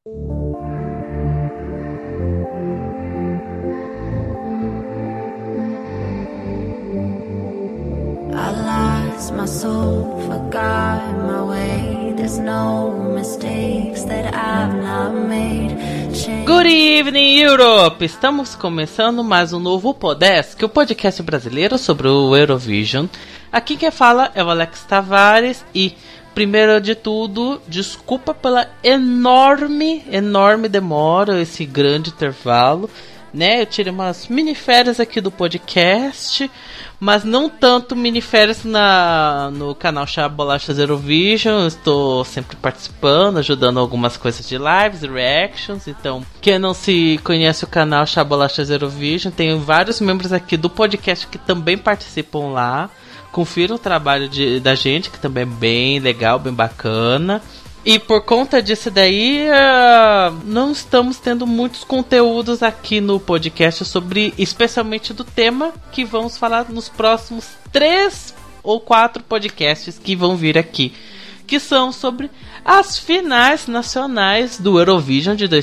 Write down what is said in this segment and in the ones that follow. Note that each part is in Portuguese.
I lost my soul, forgot my way. There's no mistakes that I've not made. Good evening, Europe! Estamos começando mais um novo Podesk, o podcast brasileiro sobre o Eurovision. Aqui quem fala é o Alex Tavares e, primeiro de tudo, desculpa pela enorme demora, esse grande intervalo, né? Eu tirei umas miniférias aqui do podcast, mas não tanto miniférias no canal Chá Bolachas Eurovision. Eu estou sempre participando, ajudando algumas coisas de lives, reactions. Então, quem não se conhece o canal Chá Bolachas Eurovision, tem vários membros aqui do podcast que também participam lá. Confira o trabalho da gente, que também é bem legal, bem bacana. E por conta disso daí, não estamos tendo muitos conteúdos aqui no podcast sobre, especialmente do tema que vamos falar nos próximos 3 ou 4 podcasts que vão vir aqui, que são sobre as finais nacionais do Eurovision de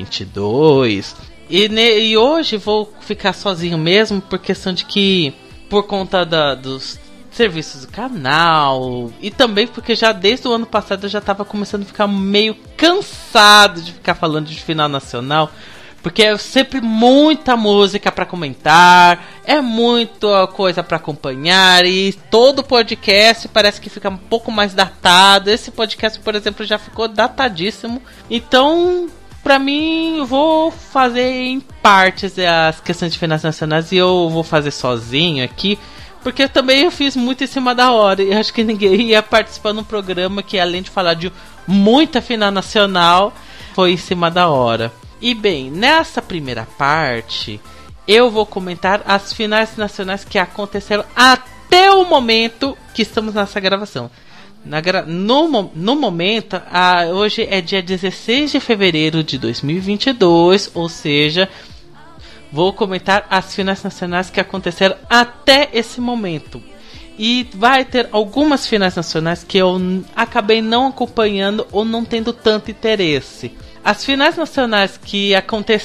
2022. E hoje vou ficar sozinho mesmo, por questão de que, por conta dos serviços do canal, e também porque já desde o ano passado eu já estava começando a ficar meio cansado de ficar falando de final nacional, porque é sempre muita música para comentar, é muita coisa para acompanhar, e todo podcast parece que fica um pouco mais datado. Esse podcast, por exemplo, já ficou datadíssimo. Então, pra mim, eu vou fazer em partes as questões de finais nacionais, e eu vou fazer sozinho aqui, porque também eu fiz muito em cima da hora. E acho que ninguém ia participar num programa que, além de falar de muita final nacional, foi em cima da hora. E bem, nessa primeira parte, eu vou comentar as finais nacionais que aconteceram até o momento que estamos nessa gravação. No momento, hoje é dia 16 de fevereiro de 2022, ou seja, vou comentar as finais nacionais que aconteceram até esse momento. E vai ter algumas finais nacionais que eu acabei não acompanhando ou não tendo tanto interesse. As finais nacionais que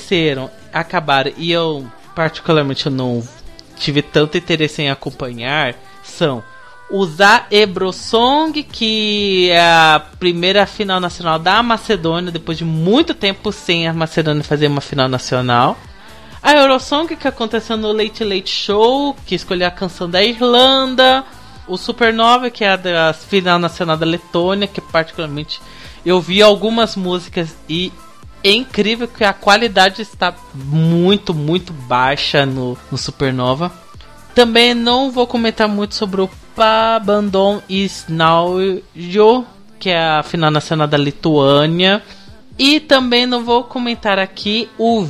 acabaram e eu particularmente não tive tanto interesse em acompanhar são o Za Eurosong, que é a primeira final nacional da Macedônia, depois de muito tempo sem a Macedônia fazer uma final nacional. A Eurosong, que aconteceu no Late Late Show, que escolheu a canção da Irlanda. O Supernova, que é a da final nacional da Letônia, que particularmente eu vi algumas músicas e é incrível que a qualidade está muito, muito baixa no Supernova. Também não vou comentar muito sobre o Pabandon Isnaujo, que é a final nacional da Lituânia. E também não vou comentar aqui o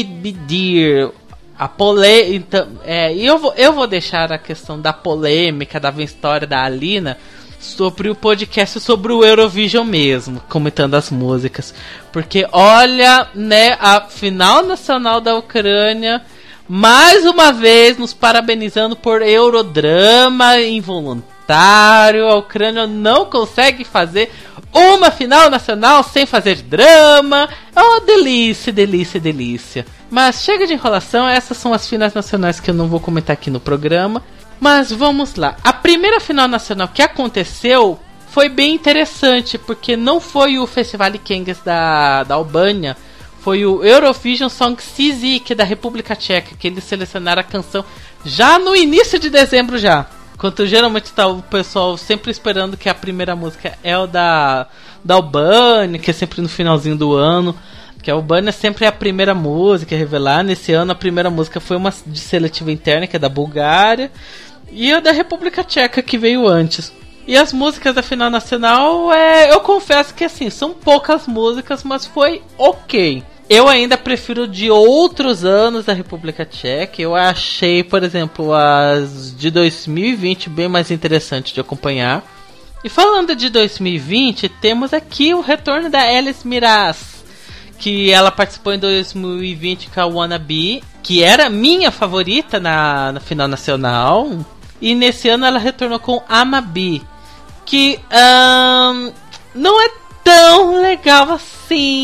Vidbir, a polêmica. Eu vou deixar a questão da polêmica da história da Alina sobre o podcast sobre o Eurovision mesmo, comentando as músicas. Porque olha, né, a final nacional da Ucrânia, mais uma vez nos parabenizando por Eurodrama involuntário. A Ucrânia não consegue fazer uma final nacional sem fazer drama. Oh, delícia, delícia, delícia. Mas chega de enrolação, essas são as finais nacionais que eu não vou comentar aqui no programa. Mas vamos lá. A primeira final nacional que aconteceu foi bem interessante, porque não foi o Festival Kenges da Albânia, foi o Eurovision Song CZ, da República Tcheca, que eles selecionaram a canção já no início de dezembro já. Enquanto geralmente está o pessoal sempre esperando que a primeira música é o da Albânia, que é sempre no finalzinho do ano. Que a Albânia sempre é a primeira música a revelar. Nesse ano a primeira música foi uma de seletiva interna, que é da Bulgária. E a da República Tcheca, que veio antes. E as músicas da final nacional, eu confesso que assim, são poucas músicas, mas foi ok. Eu ainda prefiro de outros anos da República Tcheca. Eu achei, por exemplo, as de 2020 bem mais interessante de acompanhar. E falando de 2020, temos aqui o retorno da Alice Miraz, que ela participou em 2020 com a Wannabe, que era minha favorita na final nacional. E nesse ano ela retornou com Amabi, que não é tão legal assim,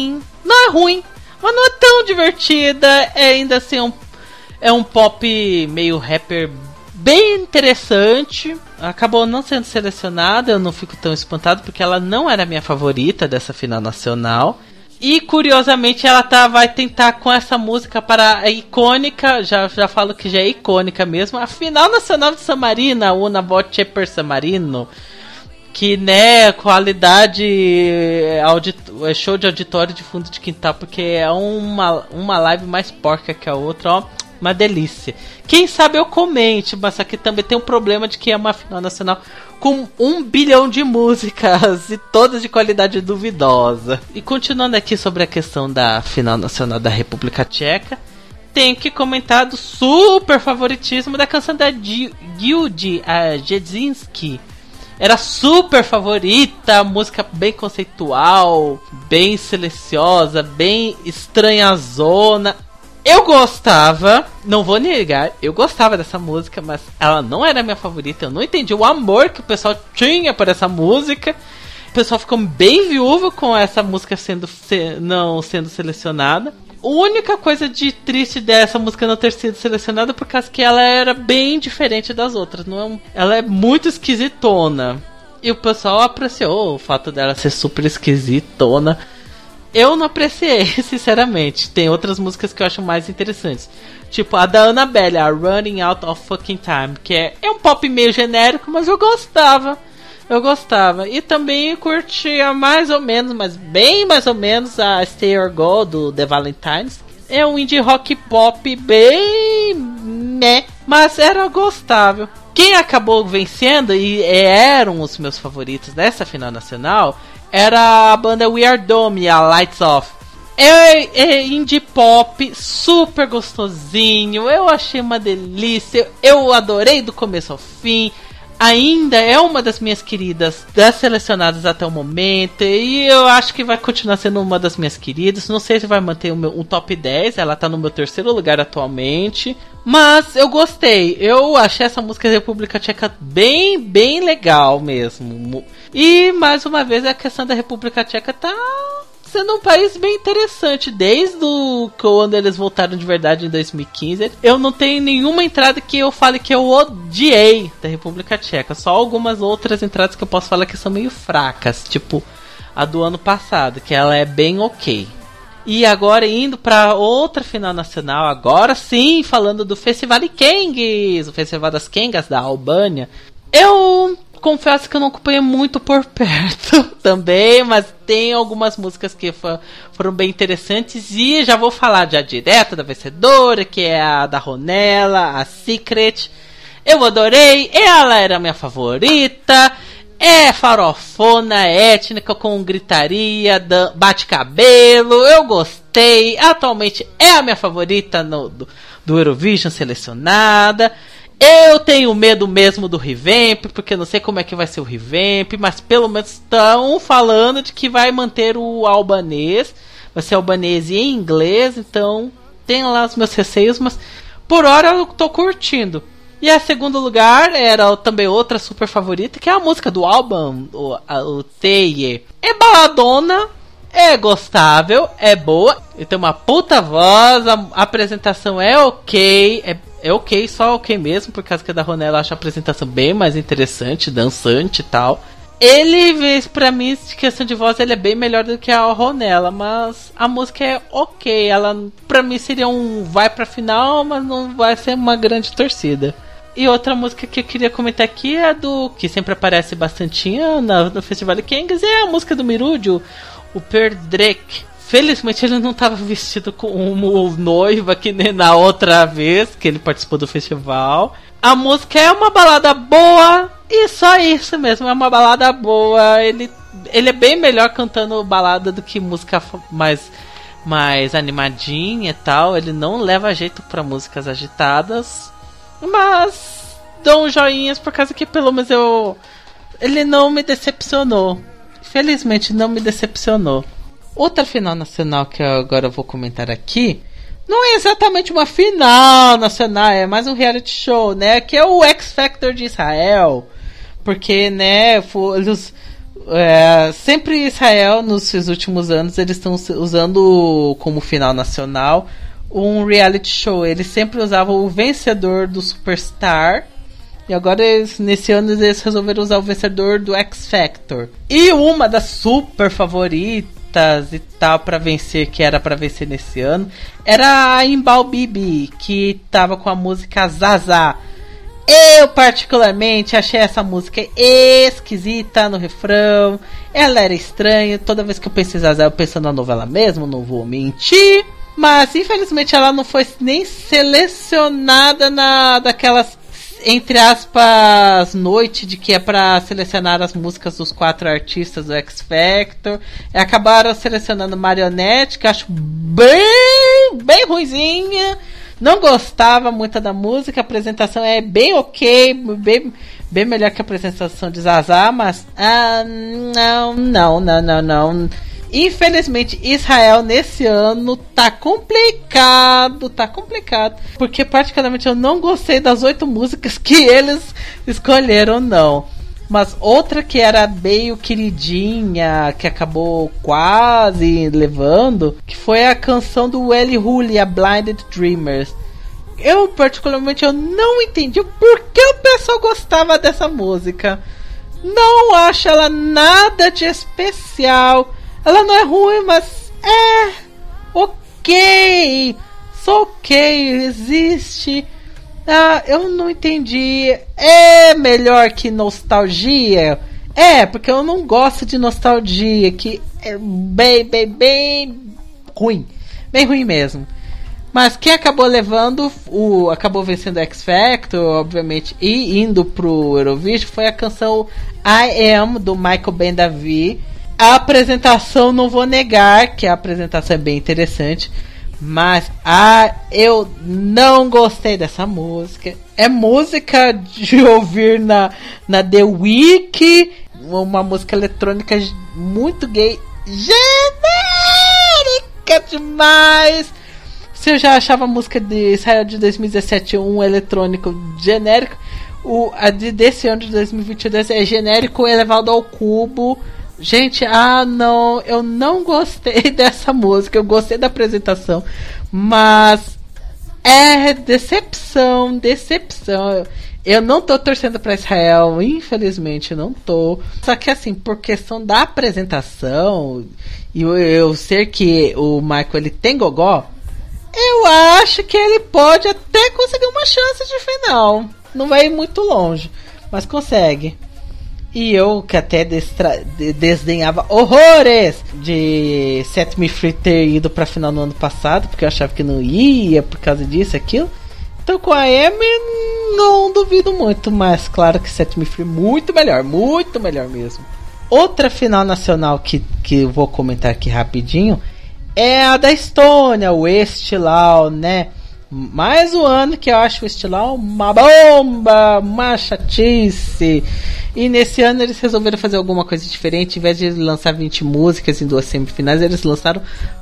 Não é ruim, mas não é tão divertida. É ainda assim um pop meio rapper bem interessante. Acabou não sendo selecionada, eu não fico tão espantado porque ela não era a minha favorita dessa final nacional. E curiosamente ela vai tentar com essa música para a icônica, já falo que já é icônica mesmo, a final nacional de San Marino, Una Voce per San Marino, que né, qualidade é show de auditório de fundo de quintal, porque é uma live mais porca que a outra, ó, uma delícia. Quem sabe eu comente, mas aqui também tem um problema de que é uma final nacional com 1 bilhão de músicas e todas de qualidade duvidosa. E continuando aqui sobre a questão da final nacional da República Tcheca, tenho que comentar do super favoritismo da canção da Gyude Jedzinski. Era super favorita, música bem conceitual, bem silenciosa, bem estranhazona. Eu gostava, não vou negar, eu gostava dessa música, mas ela não era a minha favorita. Eu não entendi o amor que o pessoal tinha por essa música. O pessoal ficou bem viúvo com essa música não sendo selecionada. A única coisa de triste dessa música não ter sido selecionada é por causa que ela era bem diferente das outras. Ela é muito esquisitona. E o pessoal apreciou o fato dela ser super esquisitona. Eu não apreciei, sinceramente. Tem outras músicas que eu acho mais interessantes. Tipo a da Annabelle, a Running Out of Fucking Time. Que é um pop meio genérico, mas eu gostava. E também curtia mais ou menos, mas bem mais ou menos, a Stay or Go do The Valentines. É um indie rock pop bem... né, mas era gostável. Quem acabou vencendo, e eram os meus favoritos dessa final nacional, era a banda We Are Dome, a Lights Off. É indie pop, super gostosinho, eu achei uma delícia, eu adorei do começo ao fim. Ainda é uma das minhas queridas, das selecionadas até o momento, e eu acho que vai continuar sendo uma das minhas queridas. Não sei se vai manter um top 10, ela tá no meu 3º lugar atualmente, mas eu gostei. Eu achei essa música da República Tcheca bem, bem legal mesmo. E mais uma vez a questão da República Tcheca tá sendo um país bem interessante. Desde quando eles voltaram de verdade em 2015, eu não tenho nenhuma entrada que eu fale que eu odiei da República Tcheca. Só algumas outras entradas que eu posso falar que são meio fracas, tipo a do ano passado, que ela é bem ok. E agora indo para outra final nacional, agora sim falando do Festival Kengs, o Festival das Kengas da Albânia. Eu confesso que eu não acompanhei muito por perto também, mas tem algumas músicas que foram bem interessantes. E já vou falar já direto da vencedora, que é a da Ronella, a Secret. Eu adorei, ela era a minha favorita. É farofona, étnica, com gritaria, bate-cabelo. Eu gostei, atualmente é a minha favorita do Eurovision selecionada. Eu tenho medo mesmo do revamp, porque não sei como é que vai ser o revamp, mas pelo menos estão falando de que vai manter o albanês, vai ser albanês e em inglês, então tem lá os meus receios, mas por hora eu tô curtindo. E a segundo lugar era também outra super favorita, que é a música do álbum, o Teye. É baladona, é gostável, é boa, ele tem uma puta voz, a apresentação é ok, é ok, só ok mesmo, por causa que a da Ronella eu acho a apresentação bem mais interessante, dançante e tal. Ele, pra mim, de questão de voz, ele é bem melhor do que a Ronella, mas a música é ok. Ela, pra mim, seria vai pra final, mas não vai ser uma grande torcida. E outra música que eu queria comentar aqui é que sempre aparece bastante no Festival Kengs, é a música do Mirudio, o Perdrek. Felizmente ele não estava vestido como noiva que nem na outra vez que ele participou do festival. A música é uma balada boa e só isso mesmo, é uma balada boa. Ele é bem melhor cantando balada do que música mais animadinha e tal. Ele não leva jeito para músicas agitadas, mas dou um joinhas por causa que pelo menos ele não me decepcionou. Felizmente não me decepcionou. Outra final nacional que agora eu vou comentar aqui, não é exatamente uma final nacional, é mais um reality show, né? Que é o X Factor de Israel. Porque, né, sempre Israel, nos seus últimos anos, eles estão usando como final nacional um reality show. Eles sempre usavam o vencedor do Superstar. E agora, nesse ano, eles resolveram usar o vencedor do X Factor. E uma das super favoritas e tal pra vencer, que era pra vencer nesse ano, era a Imbal Bibi, que tava com a música Zaza. Eu particularmente achei essa música esquisita no refrão. Ela era estranha. Toda vez que eu penso em Zaza, eu penso na novela mesmo, não vou mentir. Mas infelizmente ela não foi nem selecionada daquelas, entre aspas, noite de que é pra selecionar as músicas dos 4 artistas do X Factor. E acabaram selecionando Marionette, que eu acho bem ruinzinha. Não gostava muito da música. A apresentação é bem ok, bem melhor que a apresentação de Zaza, mas não. Infelizmente, Israel nesse ano tá complicado. Porque particularmente eu não gostei das 8 músicas que eles escolheram, não. Mas outra que era meio queridinha, que acabou quase levando, que foi a canção do Eli Huli, a Blinded Dreamers. Eu particularmente não entendi por que o pessoal gostava dessa música. Não acho ela nada de especial. Ela não é ruim, mas ok. Só ok, existe. Eu não entendi. É melhor que Nostalgia? Porque eu não gosto de Nostalgia, que é bem ruim. Bem ruim mesmo. Mas quem acabou levando, acabou vencendo o X Factor, obviamente, e indo pro Eurovision, foi a canção I Am, do Michael Ben-Davi. A apresentação, não vou negar que a apresentação é bem interessante, mas eu não gostei dessa música. É música de ouvir na The Week, uma música eletrônica muito gay, genérica demais. Se eu já achava a música de Israel de 2017 um eletrônico genérico, a desse ano de 2022 é genérico elevado ao cubo. Gente, não, eu não gostei dessa música. Eu gostei da apresentação, mas é decepção. Eu não tô torcendo pra Israel, infelizmente não tô. Só que assim, por questão da apresentação e eu ser que o Michael ele tem gogó, eu acho que ele pode até conseguir uma chance de final. Não vai ir muito longe, mas consegue. E eu, que até desdenhava horrores de Set Me Free ter ido pra final no ano passado, porque eu achava que não ia por causa disso e aquilo. Então com a Amy não duvido muito, mas claro que Set Me Free muito melhor mesmo. Outra final nacional que eu vou comentar aqui rapidinho é a da Estônia, o Estilau, né? Mais um ano que eu acho o Estilau uma bomba, uma chatice. E nesse ano eles resolveram fazer alguma coisa diferente. Em vez de lançar 20 músicas em 2 semifinais, eles lançaram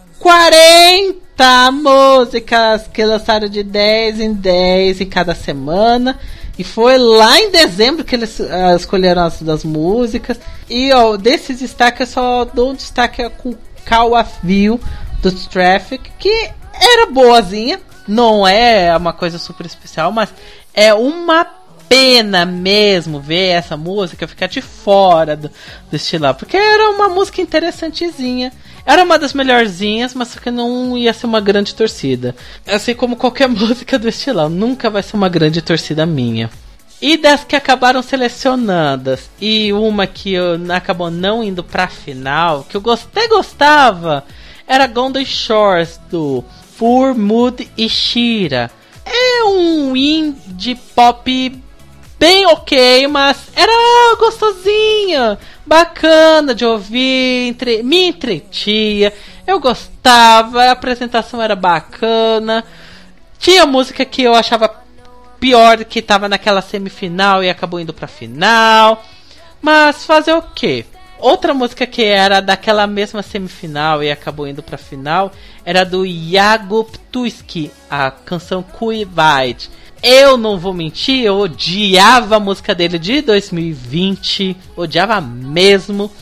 40 músicas, que lançaram de 10 em 10 em cada semana. E foi lá em dezembro que eles escolheram as das músicas. E desses destaques eu só dou um destaque com Call of View do Traffic, que era boazinha. Não é uma coisa super especial, mas é uma pena mesmo ver essa música ficar de fora do Estilau, porque era uma música interessantezinha. Era uma das melhorzinhas, mas só que não ia ser uma grande torcida. Assim como qualquer música do Estilau, nunca vai ser uma grande torcida minha. E das que acabaram selecionadas, e uma que acabou não indo pra final, que eu até gostava, era Golden Shores, do Fur, Mood e Shira. É um indie pop bem ok, mas era gostosinha, bacana de ouvir, me entretia, eu gostava, a apresentação era bacana. Tinha música que eu achava pior, que tava naquela semifinal e acabou indo pra final, mas fazer o quê? Outra música que era daquela mesma semifinal e acabou indo pra final era do Jakub Tuski, a canção Kuwait. Eu não vou mentir, eu odiava a música dele de 2020, odiava mesmo.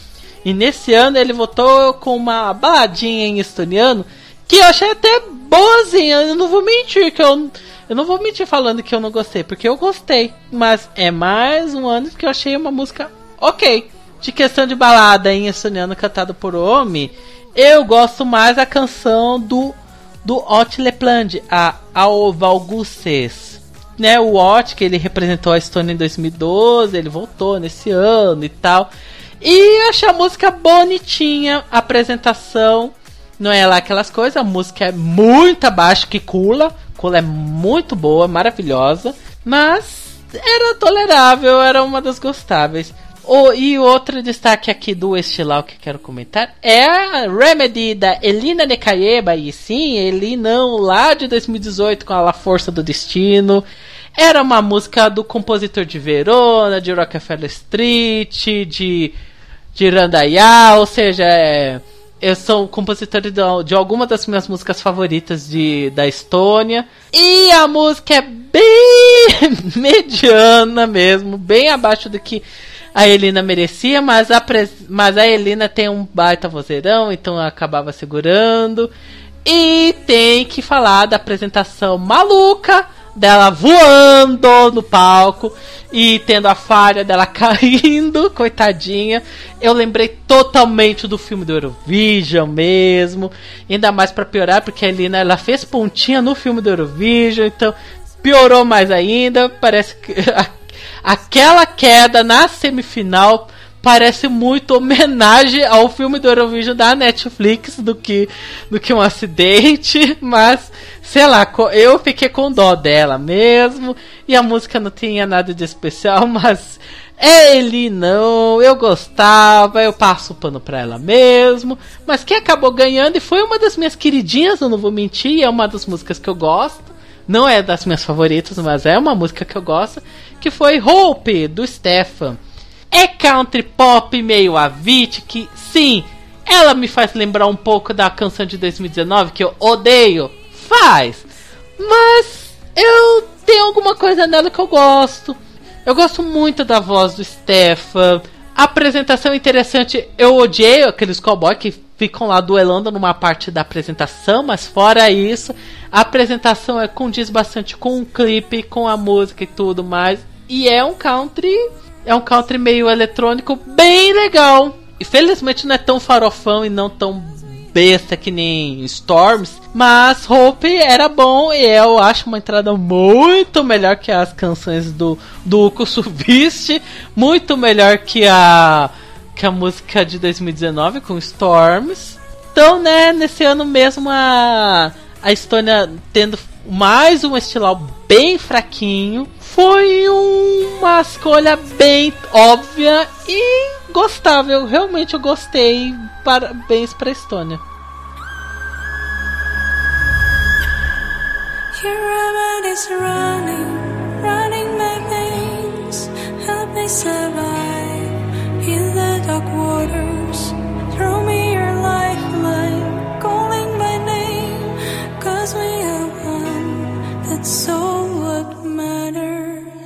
E nesse ano ele voltou com uma baladinha em estoniano que eu achei até boazinha. Eu não vou mentir eu não vou mentir falando que eu não gostei, porque eu gostei. Mas é mais um ano que eu achei uma música ok. De questão de balada em estoniano cantada por Omi, eu gosto mais da canção do Otle Pland, a Auvalguses. Né, o Ot, que ele representou a Estônia em 2012, ele voltou nesse ano e tal. E eu achei a música bonitinha, a apresentação não é lá aquelas coisas, a música é muito abaixo que Kula. Kula é muito boa, maravilhosa, mas era tolerável, era uma das gostáveis. E outro destaque aqui do Estilau que quero comentar é a Remedy da Elina Nekayeba, e sim, Elinão lá de 2018 com a La Força do Destino. Era uma música do compositor de Verona, de Rockefeller Street, de Randaya, ou seja, eu sou compositor de algumas das minhas músicas favoritas da Estônia. E a música é bem mediana mesmo, bem abaixo do que a Elina merecia, mas a Elina tem um baita vozeirão, então eu acabava segurando. E tem que falar da apresentação maluca dela voando no palco e tendo a falha dela caindo, coitadinha. Eu lembrei totalmente do filme do Eurovision mesmo, ainda mais pra piorar, porque a Elina ela fez pontinha no filme do Eurovision, então piorou mais ainda. Parece que aquela queda na semifinal parece muito homenagem ao filme do Eurovision da Netflix do que um acidente, mas sei lá, eu fiquei com dó dela mesmo, e a música não tinha nada de especial, mas ele não, eu gostava, eu passo o pano pra ela mesmo, mas quem acabou ganhando, e foi uma das minhas queridinhas, eu não vou mentir, é uma das músicas que eu gosto, não é das minhas favoritas, mas é uma música que eu gosto, que foi Hope, do Stefan. É country pop meio Avicii, que sim, ela me faz lembrar um pouco da canção de 2019, que eu odeio, faz, mas eu tenho alguma coisa nela que eu gosto. Eu gosto muito da voz do Stefan, a apresentação é interessante. Eu odiei aqueles cowboys que ficam lá duelando numa parte da apresentação, mas fora isso, a apresentação condiz bastante com o clipe, com a música e tudo mais, e é um country meio eletrônico bem legal. Infelizmente não é tão farofão e não tão besta que nem Storms, mas Hope era bom, e eu acho uma entrada muito melhor que as canções do Uko Subiste, muito melhor que a música de 2019 com Storms. Então, né, nesse ano mesmo a Estônia tendo mais um estilau bem fraquinho, foi uma escolha bem óbvia e gostável. Realmente eu gostei. Parabéns pra Estônia. Your remedies running my veins. Help me survive in the dark waters. Throw me your lifeline, calling my name. 'Cause we are one, that's all what matters.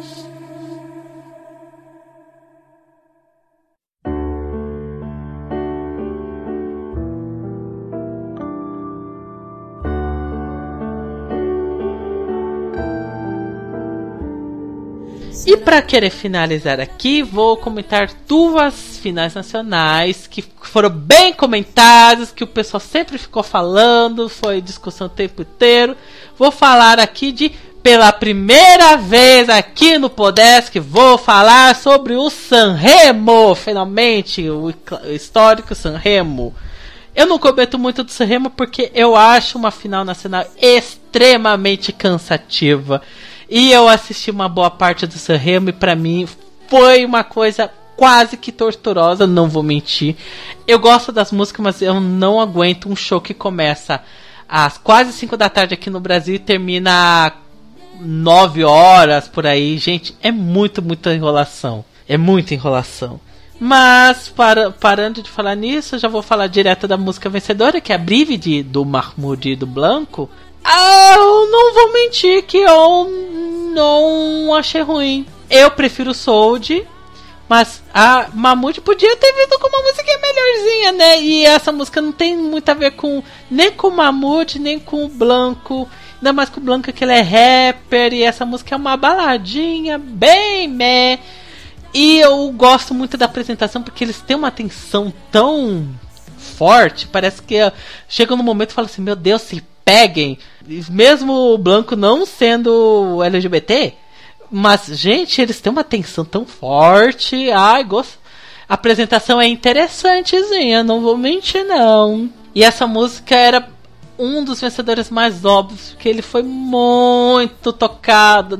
E para querer finalizar aqui, vou comentar duas finais nacionais que foram bem comentadas, que o pessoal sempre ficou falando, foi discussão o tempo inteiro. Vou falar aqui pela primeira vez aqui no Podesk, vou falar sobre o Sanremo, finalmente, o histórico Sanremo. Eu não comento muito do Sanremo porque eu acho uma final nacional extremamente cansativa. E eu assisti uma boa parte do Sanremo e pra mim foi uma coisa quase que torturosa, não vou mentir. Eu gosto das músicas, mas eu não aguento um show que começa às quase 5 da tarde aqui no Brasil e termina às 9 horas por aí. Gente, é muita enrolação. É muita enrolação. Mas, parando de falar nisso, eu já vou falar direto da música vencedora, que é a Brividi, do Mahmoud e do Blanco. Eu não vou mentir que eu não achei ruim. Eu prefiro Sold, Mas a Mamute podia ter vindo com uma música melhorzinha, né? E essa música não tem muito a ver com nem com o Mamute, nem com o Blanco. Ainda mais com o Blanco, que ele é rapper. E essa música é uma baladinha bem meh. E eu gosto muito da apresentação porque eles têm uma tensão tão forte. Parece que chega num momento e fala assim, meu Deus, se peguem. Mesmo o Blanco não sendo LGBT. Mas, gente, eles têm uma tensão tão forte. Ai, gosto. A apresentação é interessantezinha, não vou mentir, não. E essa música era um dos vencedores mais óbvios, porque ele foi muito tocado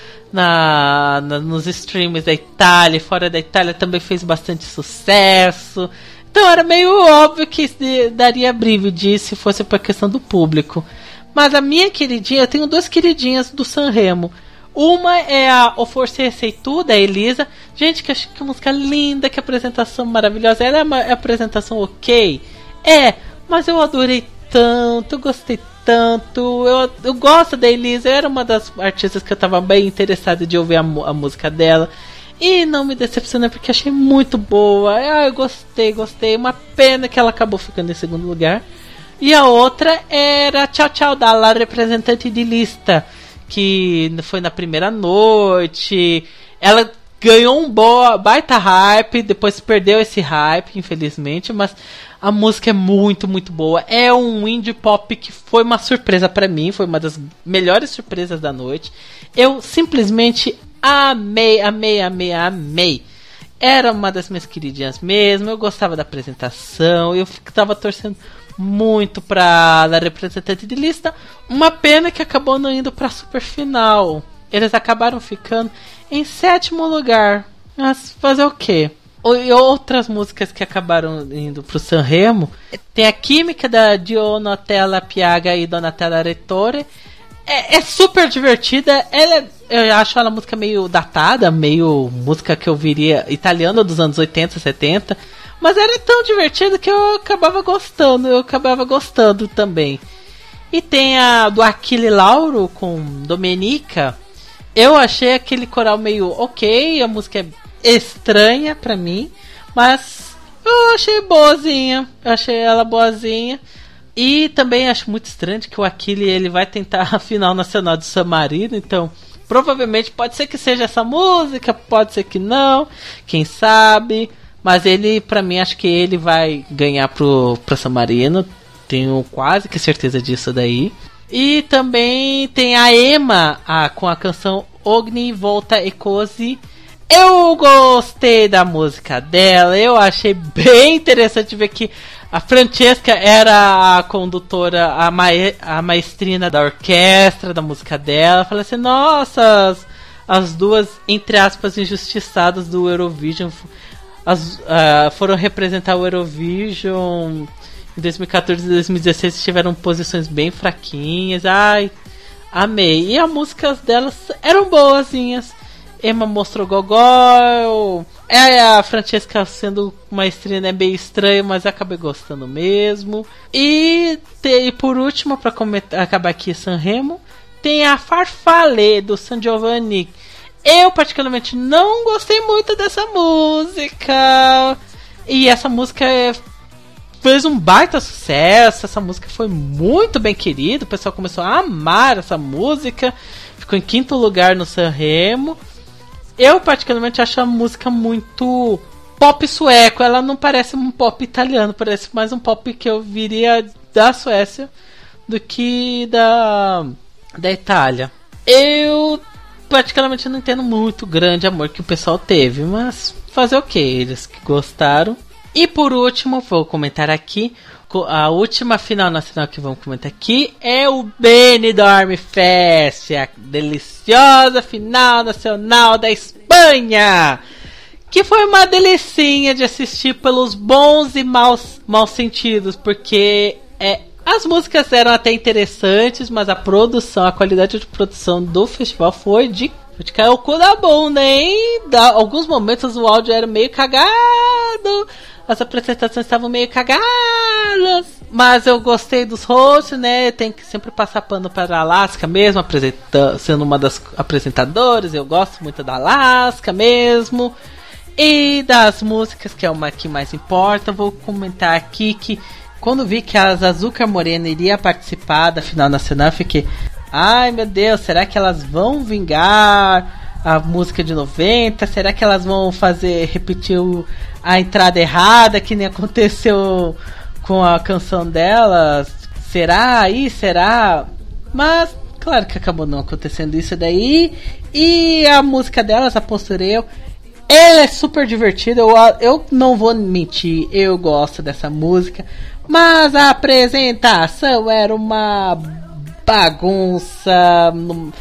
nos streams da Itália. E fora da Itália também fez bastante sucesso. Então era meio óbvio que daria Brividi se fosse por questão do público. Mas a minha queridinha, eu tenho duas queridinhas do Sanremo. Uma é a O Forse Sei Tu, da Elisa. Gente, que música linda, que apresentação maravilhosa. Ela é uma apresentação ok? É, mas eu adorei tanto, eu gostei tanto. Eu gosto da Elisa, era uma das artistas que eu estava bem interessada de ouvir a música dela. E não me decepcionei porque achei muito boa. Eu gostei. Uma pena que ela acabou ficando em segundo lugar. E a outra era Tchau Tchau, da La Representante de Lista, que foi na primeira noite. Ela ganhou um baita hype, depois perdeu esse hype, infelizmente, mas a música é muito, muito boa. É um indie pop que foi uma surpresa pra mim, foi uma das melhores surpresas da noite. Eu simplesmente amei. Era uma das minhas queridinhas mesmo, eu gostava da apresentação, eu tava torcendo muito pra La Representante de Lista. Uma pena que acabou não indo pra super final. Eles acabaram ficando em 7º lugar. Mas fazer o quê? E outras músicas que acabaram indo pro Sanremo, tem a Química da Donatella Piaga e Donatella Rettore. É super divertida. Eu acho ela música meio datada, meio música que eu viria italiana dos anos 80, 70. Mas era tão divertido que eu acabava gostando também. E tem a do Achille Lauro com Domenica. Eu achei aquele coral meio ok, a música é estranha pra mim, mas eu achei boazinha, eu achei ela boazinha. E também acho muito estranho que o Achille ele vai tentar a final nacional do San Marino, então provavelmente pode ser que seja essa música, pode ser que não, quem sabe. Mas ele, pra mim, acho que ele vai ganhar pro San Marino. Tenho quase que certeza disso daí. E também tem a Emma com a canção Ogni Volta e Così. Eu gostei da música dela. Eu achei bem interessante ver que a Francesca era a condutora, a maestrina da orquestra, da música dela. Falei assim, nossa, as duas, entre aspas, injustiçadas do Eurovision foram representar o Eurovision em 2014 e 2016, tiveram posições bem fraquinhas. Ai, amei. E as músicas delas eram boazinhas. Emma mostrou gogó. A Francesca sendo uma estrela é meio estranha, mas acabei gostando mesmo. E por último, para acabar aqui Sanremo, tem a Farfalle do San Giovanni. Eu particularmente não gostei muito dessa música. E essa música fez um baita sucesso. Essa música foi muito bem querida. O pessoal começou a amar essa música. Ficou em 5º lugar no Sanremo. Eu particularmente acho a música muito pop sueco. Ela não parece um pop italiano. Parece mais um pop que eu viria da Suécia do que da Itália. Eu particularmente não entendo muito o grande amor que o pessoal teve, mas fazer o que? Eles que gostaram. E por último, vou comentar aqui, a última final nacional que vamos comentar aqui é o Benidorm Fest, a deliciosa final nacional da Espanha, que foi uma delicinha de assistir pelos bons e maus sentidos, porque as músicas eram até interessantes, mas a qualidade de produção do festival foi de cair o cu da bunda, hein? Alguns momentos o áudio era meio cagado, as apresentações estavam meio cagadas, mas eu gostei dos hosts, né? Tem que sempre passar pano para a Alaska mesmo, sendo uma das apresentadoras, eu gosto muito da Alaska mesmo. E das músicas, que é uma que mais importa, vou comentar aqui que quando vi que a Azúcar Moreno iria participar da final nacional, fiquei, ai meu Deus, será que elas vão vingar a música de 90? Será que elas vão repetir a entrada errada, que nem aconteceu com a canção delas? Será? Será? Mas, claro que acabou não acontecendo isso daí. E a música delas, a Postureo, ela é super divertida. Eu não vou mentir, eu gosto dessa música. Mas a apresentação era uma bagunça.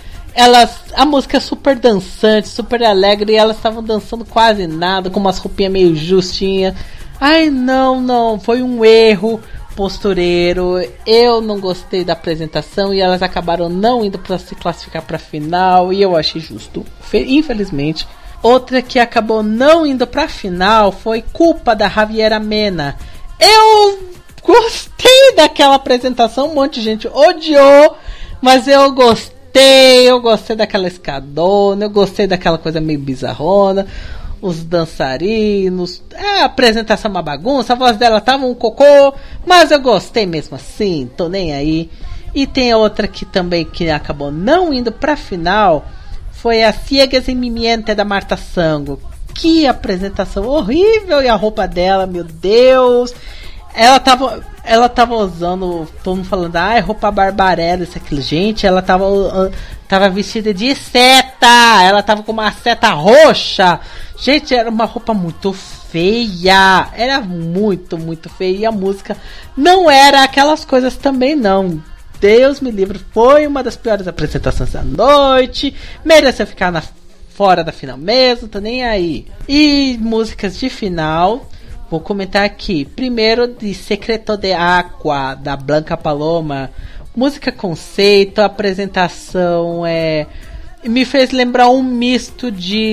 A música é super dançante, super alegre. E elas estavam dançando quase nada, com umas roupinhas meio justinhas. Ai, não, foi um erro postureiro. Eu não gostei da apresentação e elas acabaram não indo para se classificar para a final. E eu achei justo, infelizmente. Outra que acabou não indo para a final foi Culpa, da Javiera Mena. Eu gostei daquela apresentação, um monte de gente odiou, mas eu gostei daquela escadona, eu gostei daquela coisa meio bizarrona, os dançarinos, a apresentação é uma bagunça, a voz dela tava um cocô, mas eu gostei mesmo assim, tô nem aí. E tem outra que também que acabou não indo pra final, foi a Ciegas em Mi Miente, da Marta Sango. Que apresentação horrível, e a roupa dela, meu Deus. Ela tava usando, todo mundo falando, é roupa Barbarella, isso aquilo. Gente, ela tava vestida de seta. Ela tava com uma seta roxa. Gente, era uma roupa muito feia. Era muito, muito feia. E a música não era aquelas coisas também, não. Deus me livre, foi uma das piores apresentações da noite. Mereceu ficar fora da final mesmo, tô nem aí. E músicas de final, vou comentar aqui. Primeiro, de Secreto de Aqua, da Blanca Paloma. Música conceito, a apresentação me fez lembrar um misto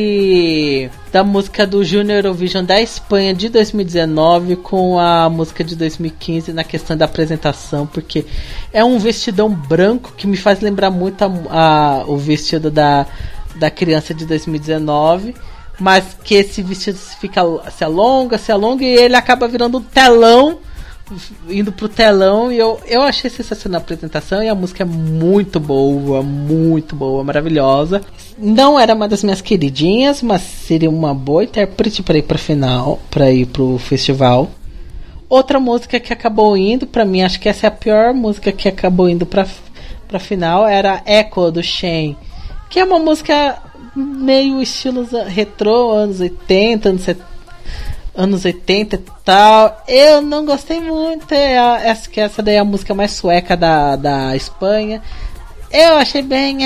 da música do Junior Eurovision da Espanha de 2019 com a música de 2015 na questão da apresentação, porque é um vestidão branco que me faz lembrar muito o vestido da criança de 2019, mas que esse vestido se alonga e ele acaba virando um telão, indo pro telão, e eu achei sensacional a apresentação, e a música é muito boa, maravilhosa. Não era uma das minhas queridinhas, mas seria uma boa intérprete para ir pra final, para ir pro festival. Outra música que acabou indo, pra mim, acho que essa é a pior música que acabou indo pra final, era Echo, do Shein, que é uma música meio estilo retrô, anos 80, anos 80 e tal. Eu não gostei muito. Essa daí é a música mais sueca da Espanha. Eu achei bem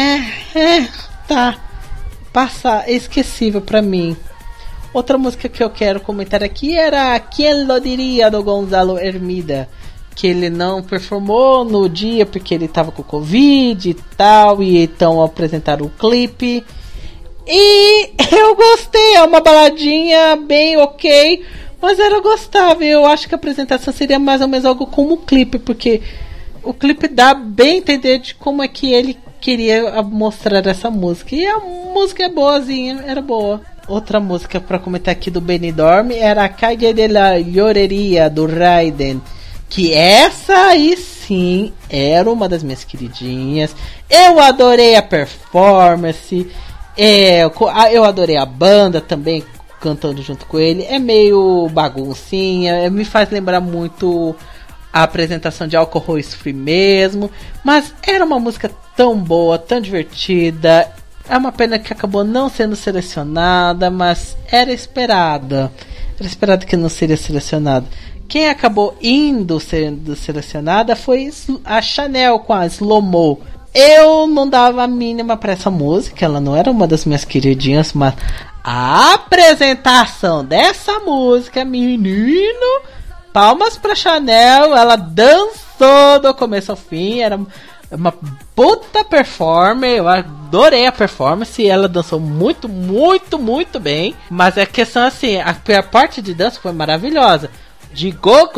esquecível pra mim. Outra música que eu quero comentar aqui era Quien Lo Diria, do Gonzalo Hermida, que ele não performou no dia porque ele tava com Covid e tal, e então apresentaram o clipe. E eu gostei, é uma baladinha bem ok, mas era gostável. Eu acho que a apresentação seria mais ou menos algo como o clipe, porque o clipe dá bem a entender de como é que ele queria mostrar essa música. E a música é boazinha, era boa. Outra música para comentar aqui do Benidorm era a Calle de la Lloreria, do Raiden, que essa aí sim era uma das minhas queridinhas. Eu adorei a performance. Eu adorei a banda também cantando junto com ele. É meio baguncinha, me faz lembrar muito a apresentação de Alcohol Free mesmo, mas era uma música tão boa, tão divertida. É uma pena que acabou não sendo selecionada, mas era esperado que não seria selecionada. Quem acabou sendo selecionada foi a Chanel com a Slow Mo. Eu não dava a mínima pra essa música, ela não era uma das minhas queridinhas, mas a apresentação dessa música, menino, palmas pra Chanel, ela dançou do começo ao fim, era uma puta performer, eu adorei a performance, ela dançou muito, muito, muito bem, mas a questão assim, a parte de dança foi maravilhosa, de gogó,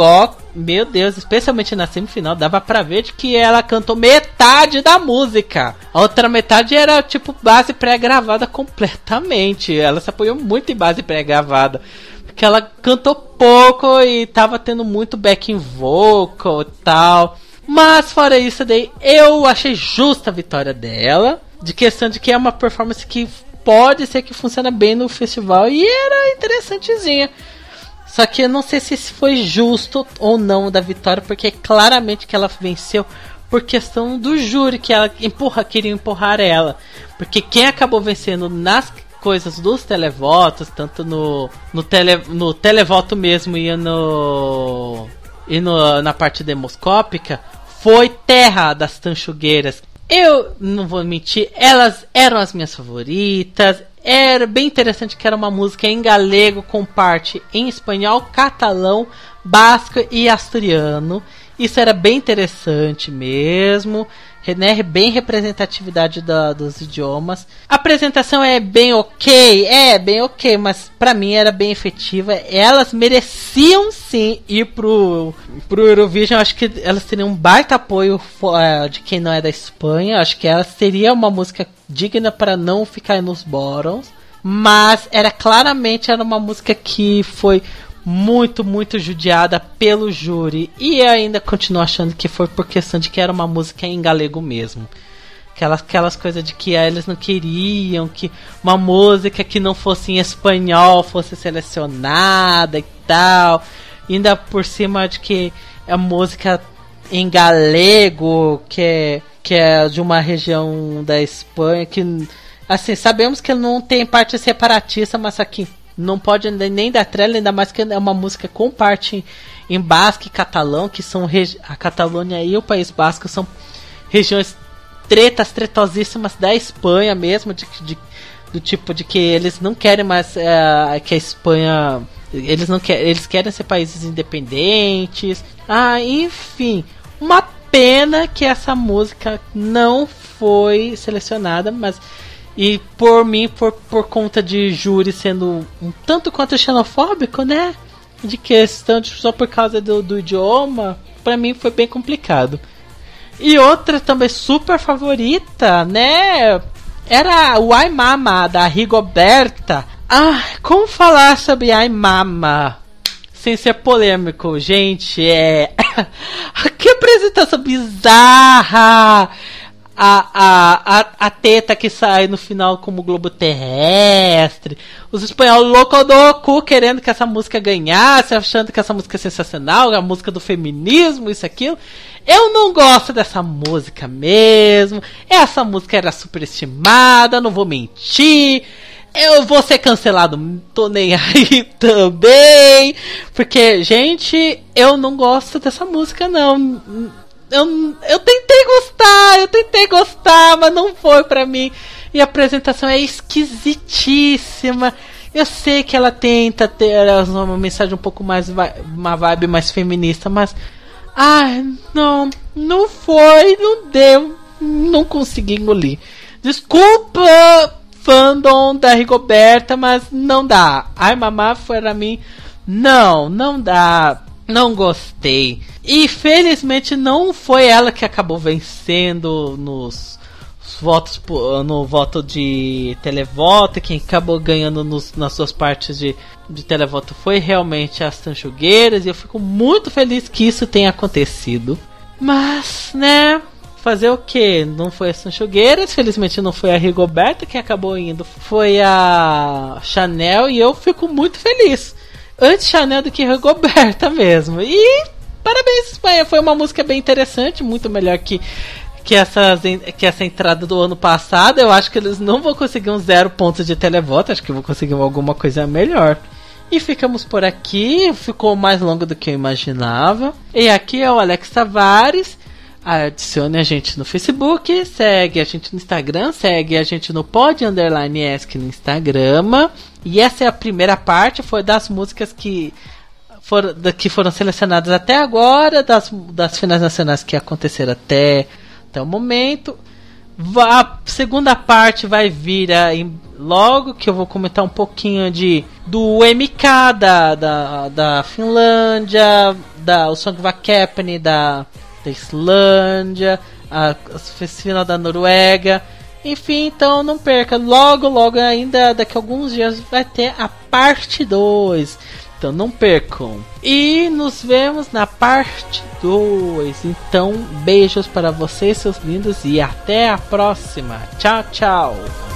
meu Deus, especialmente na semifinal, dava pra ver de que ela cantou metade da música. A outra metade era tipo base pré-gravada completamente. Ela se apoiou muito em base pré-gravada. Porque ela cantou pouco e tava tendo muito backing vocal e tal. Mas fora isso daí, eu achei justa a vitória dela. De questão de que é uma performance que pode ser que funcione bem no festival. E era interessantezinha. Só que eu não sei se foi justo ou não da vitória, porque claramente que ela venceu por questão do júri, que ela queria empurrar ela. Porque quem acabou vencendo nas coisas dos televotos, tanto no televoto mesmo e na parte demoscópica, foi Terra das Tanchugueiras. Eu não vou mentir, elas eram as minhas favoritas. Era bem interessante que era uma música em galego com parte em espanhol, catalão, basco e asturiano. Isso era bem interessante mesmo, né? Bem representatividade dos idiomas. A apresentação é bem ok, mas pra mim era bem efetiva. Elas mereciam sim ir pro Eurovision. Acho que elas teriam um baita apoio de quem não é da Espanha. Acho que elas teriam uma música digna para não ficar nos bottoms. Mas era uma música que foi muito, muito judiada pelo júri. E eu ainda continuo achando que foi por questão de que era uma música em galego mesmo. Aquelas coisas de que eles não queriam que uma música que não fosse em espanhol fosse selecionada e tal. Ainda por cima de que a música em galego, que é de uma região da Espanha, que assim, sabemos que não tem parte separatista, mas aqui não pode nem dar trela, ainda mais que é uma música com parte em basco e catalão, que são a Catalunha e o País Basco são regiões tretosíssimas da Espanha mesmo, do tipo de que eles não querem mais que a Espanha, eles querem ser países independentes. Enfim, uma pena que essa música não foi selecionada, mas e por mim, por conta de júri sendo um tanto quanto xenofóbico, né? De questão só por causa do idioma, pra mim foi bem complicado. E outra também super favorita, né? Era o Ai Mama, da Rigoberta. Como falar sobre Ai Mama sem ser polêmico, gente? Que apresentação bizarra! A teta que sai no final como globo terrestre. Os espanhóis loucos do cu querendo que essa música ganhasse, achando que essa música é sensacional, a música do feminismo, isso, aquilo. Eu não gosto dessa música mesmo. Essa música era superestimada, não vou mentir. Eu vou ser cancelado, tô nem aí também. Porque, gente, eu não gosto dessa música, não. Eu tentei gostar, mas não foi pra mim. E a apresentação é esquisitíssima. Eu sei que ela tenta ter uma mensagem um pouco mais, uma vibe mais feminista, mas não foi, não deu, não consegui engolir. Desculpa, fandom da Rigoberta, mas não dá. Ai Mamá foi pra mim, não dá. Não gostei. E felizmente não foi ela que acabou vencendo nos votos, no voto de televoto. Quem acabou ganhando nas suas partes de televoto foi realmente as Tanchugueiras. E eu fico muito feliz que isso tenha acontecido. Mas, né, fazer o que? Não foi as Tanchugueiras. Felizmente não foi a Rigoberta que acabou indo. Foi a Chanel. E eu fico muito feliz. Antes Chanel do que Rigoberta mesmo. E parabéns, Espanha. Foi uma música bem interessante. Muito melhor que essa entrada do ano passado. Eu acho que eles não vão conseguir um 0 pontos de televoto. Acho que vão conseguir alguma coisa melhor. E ficamos por aqui. Ficou mais longo do que eu imaginava. E aqui é o Alex Tavares. Adicione a gente no Facebook, segue a gente no Instagram, segue a gente no pod_esc no Instagram. E essa é a primeira parte, foi das músicas que foram selecionadas até agora, das finais nacionais que aconteceram até o momento. A segunda parte vai vir logo, que eu vou comentar um pouquinho do MK da Finlândia, o Songvakeppni da Islândia, a final da Noruega. Enfim, então não perca, logo ainda, daqui a alguns dias vai ter a parte 2. Então não percam. E nos vemos na parte 2. Então beijos para vocês, seus lindos, e até a próxima. Tchau, tchau.